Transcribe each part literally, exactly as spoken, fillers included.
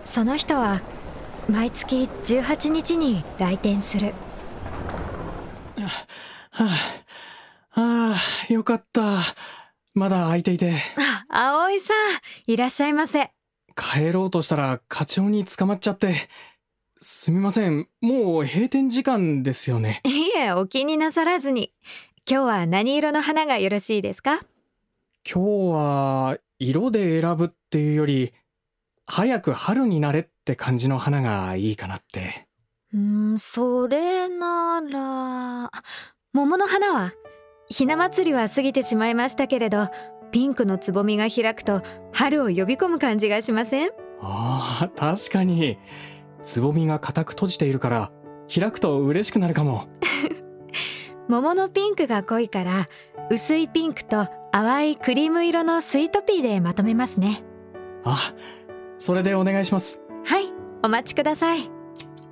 その人は毎月じゅうはちにちに来店する。 はあ、はあ、よかった。まだ空いていて。 あ、葵さん、いらっしゃいませ。 帰ろうとしたら課長に捕まっちゃって。すみません、もう閉店時間ですよね。 いえ、お気になさらずに。今日は何色の花がよろしいですか？ 今日は色で選ぶっていうより、早く春になれって感じの花がいいかなって。 うーん、それなら桃の花は？ひな祭りは過ぎてしまいましたけれど、ピンクのつぼみが開くと春を呼び込む感じがしません？ ああ、確かにつぼみが固く閉じているから開くと嬉しくなるかも。 桃のピンクが濃いから薄いピンクと淡いクリーム色のスイートピーでまとめますね。 あ、それでお願いします。 はい、お待ちください。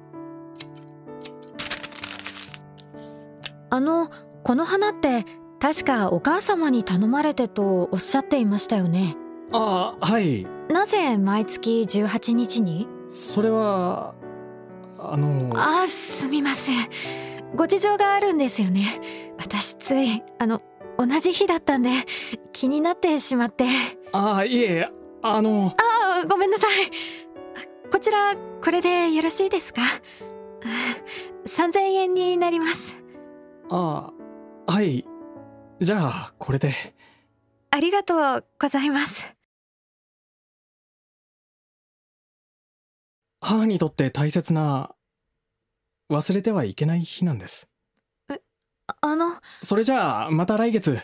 あの、この花って確かお母様に頼まれてとおっしゃっていましたよね。 ああ、はい。 なぜ毎月じゅうはちにちに？ それはあのあ、すみません。ご事情があるんですよね。私ついあの同じ日だったんで気になってしまって。 ああ、いえ、あのあ、ごめんなさい。こちらこれでよろしいですか？さんぜんえんになります。 ああ、はい。じゃあこれで。 ありがとうございます。 母にとって大切な、忘れてはいけない日なんです。 え、あのそれじゃあまた来月。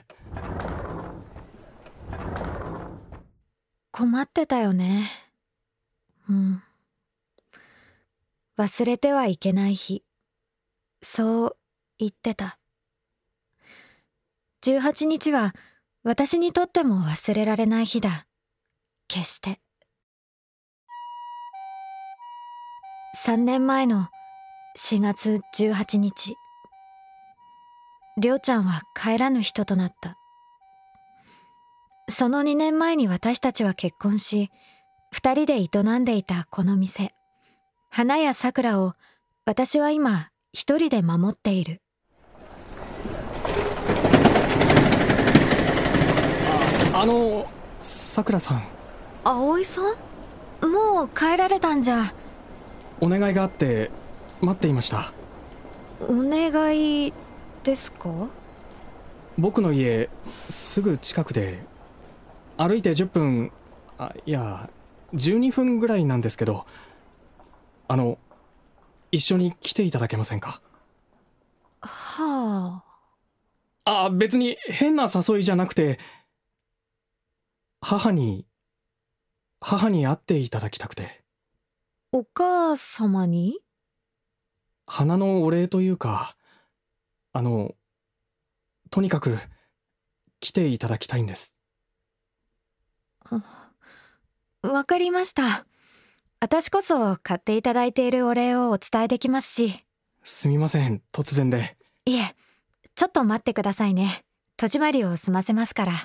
困ってたよね。うん。忘れてはいけない日、そう言ってた。じゅうはちにちは私にとっても忘れられない日だ。決して。さんねんまえのしがつじゅうはちにち、りょうちゃんは帰らぬ人となった。そのにねんまえに私たちは結婚し、二人で営んでいたこの店、花や桜を私は今一人で守っている。 あ、あのさくらさん。 葵さん、もう帰られたんじゃ。 お願いがあって待っていました。 お願いですか？ 僕の家すぐ近くで、歩いてじゅっぷん、あ、いやじゅうにふんぐらいなんですけど、あの一緒に来ていただけませんか？ はあ。あ、別に変な誘いじゃなくて、母に母に会っていただきたくて。 お母様に？ 花のお礼というか、あのとにかく来ていただきたいんです。 わかりました。私こそ買っていただいているお礼をお伝えできますし。 すみません、突然で。 いえ、ちょっと待ってくださいね。戸締まりを済ませますから。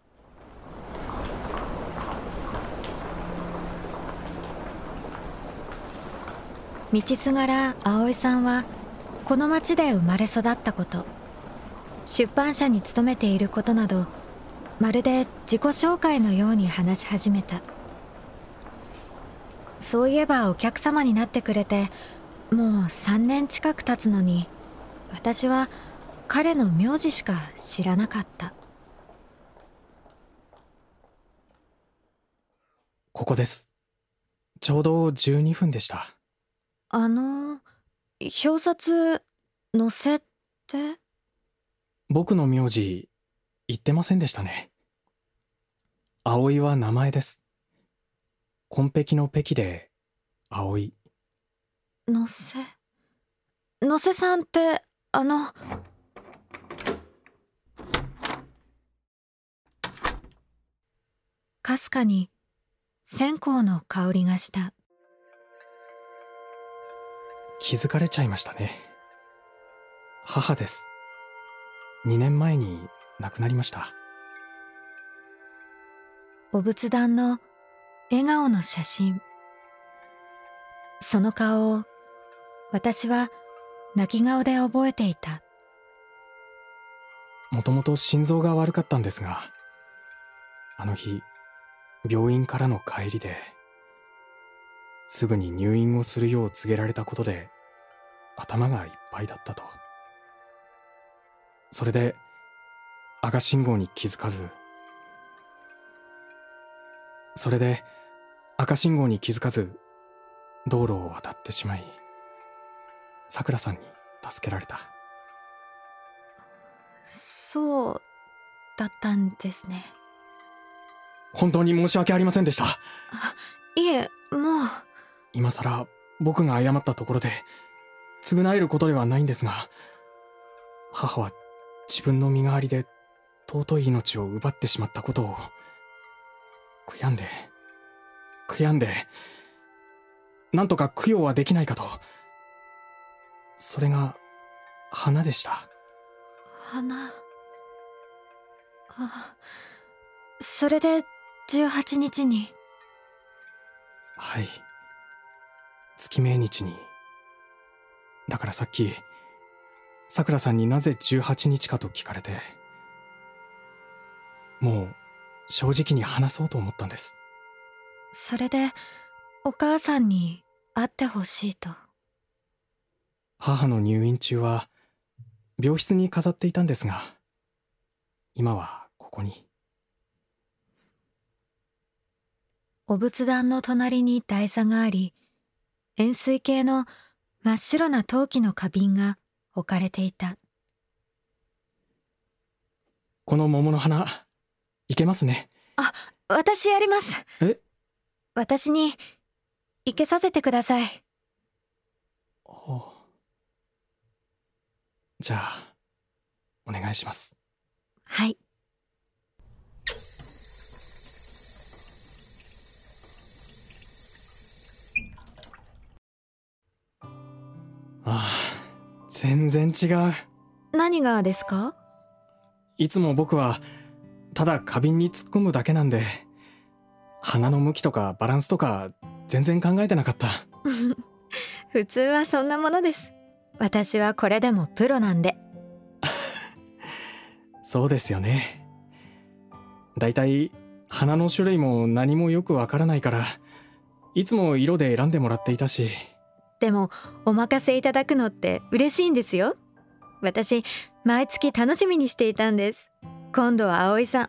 道すがら葵さんはこの町で生まれ育ったこと、出版社に勤めていることなど、まるで自己紹介のように話し始めた。そういえばお客様になってくれてもうさんねん近く経つのに、私は彼の名字しか知らなかった。 ここです。ちょうどじゅうにふんでした。 あの表札載せて？ 僕の名字言ってませんでしたね。葵は名前です。紺碧の碧で葵。 載せ載せさんってあのかすかに線香の香りがした。 気づかれちゃいましたね。母です。にねんまえに亡くなりました。 お仏壇の笑顔の写真、 その顔を私は泣き顔で覚えていた。 もともと心臓が悪かったんですが、あの日病院からの帰りですぐに入院をするよう告げられたことで頭がいっぱいだったと。それで赤信号に気づかずそれで赤信号に気づかず道路を渡ってしまい、さくらさんに助けられた。 そうだったんですね。 本当に申し訳ありませんでした。 いえ、もう今さら僕が謝ったところで償えることではないんですが、母は自分の身代わりで尊い命を奪ってしまったことを悔やんで悔やんでなんとか供養はできないかと。それが花でした。 花。あ、それでじゅうはちにちに。 はい、月命日に。だからさっきさくらさんになぜじゅうはちにちかと聞かれて、もう正直に話そうと思ったんです。 それでお母さんに会ってほしいと。 母の入院中は病室に飾っていたんですが、今はここに。 お仏壇の隣に台座があり、円錐形の真っ白な陶器の花瓶が置かれていた。 この桃の花いけますね。 あ、私やります。 え？ 私に生けさせてください。 おう。じゃあお願いします。 はい。 ああ、全然違う。 何がですか？ いつも僕はただ花瓶に突っ込むだけなんで、花の向きとかバランスとか全然考えてなかった。 普通はそんなものです。私はこれでもプロなんで。 そうですよね。だいたい花の種類も何もよくわからないから、いつも色で選んでもらっていたし。 でもお任せいただくのって嬉しいんですよ。私毎月楽しみにしていたんです。今度は葵さん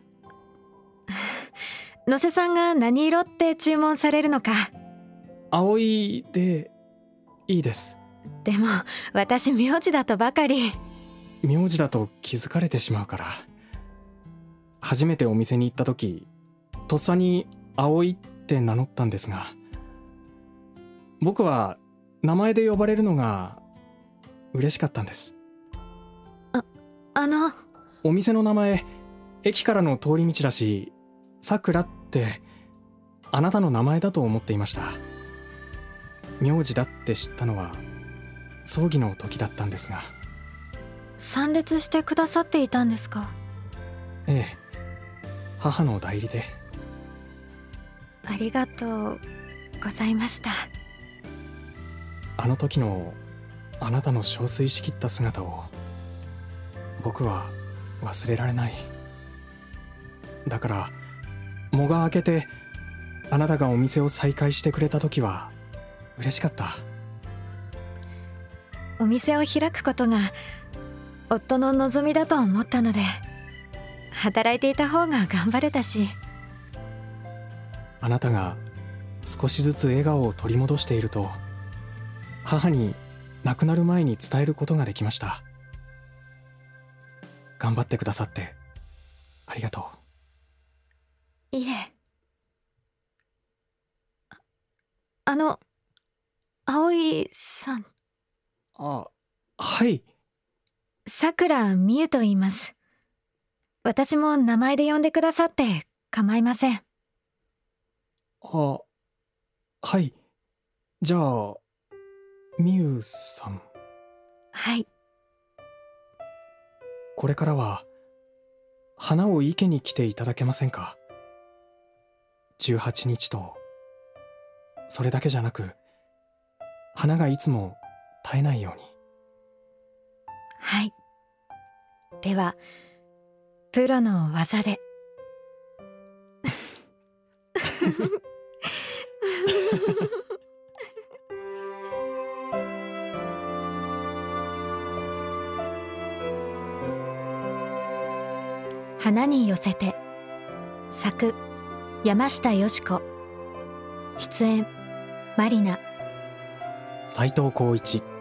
野瀬さんが何色って注文されるのか。 葵でいいです。 でも私名字だとばかり。 名字だと気づかれてしまうから。初めてお店に行った時とっさに葵って名乗ったんですが、僕は名前で呼ばれるのが嬉しかったんです。 あ、あのお店の名前駅からの通り道だし、さくらってあなたの名前だと思っていました。名字だって知ったのは葬儀の時だったんですが。 参列してくださっていたんですか？ ええ、母の代理で。 ありがとうございました。 あの時のあなたの憔悴しきった姿を僕は忘れられない。だから喪が明けてあなたがお店を再開してくれた時は嬉しかった。 お店を開くことが夫の望みだと思ったので、働いていた方が頑張れたし。 あなたが少しずつ笑顔を取り戻していると母に亡くなる前に伝えることができました。頑張ってくださってありがとう。いえ。あ、あの葵さん。 あ、はい。 さくらみゆと言います。私も名前で呼んでくださって構いません。 あ、はい。じゃあみゆさん。 はい。 これからは花を生けに来ていただけませんか？じゅうはちにちとそれだけじゃなく花がいつも絶えないように。 はい。ではプロの技で。花に寄せて。作山下よし子。出演マリナ。 斉藤浩一。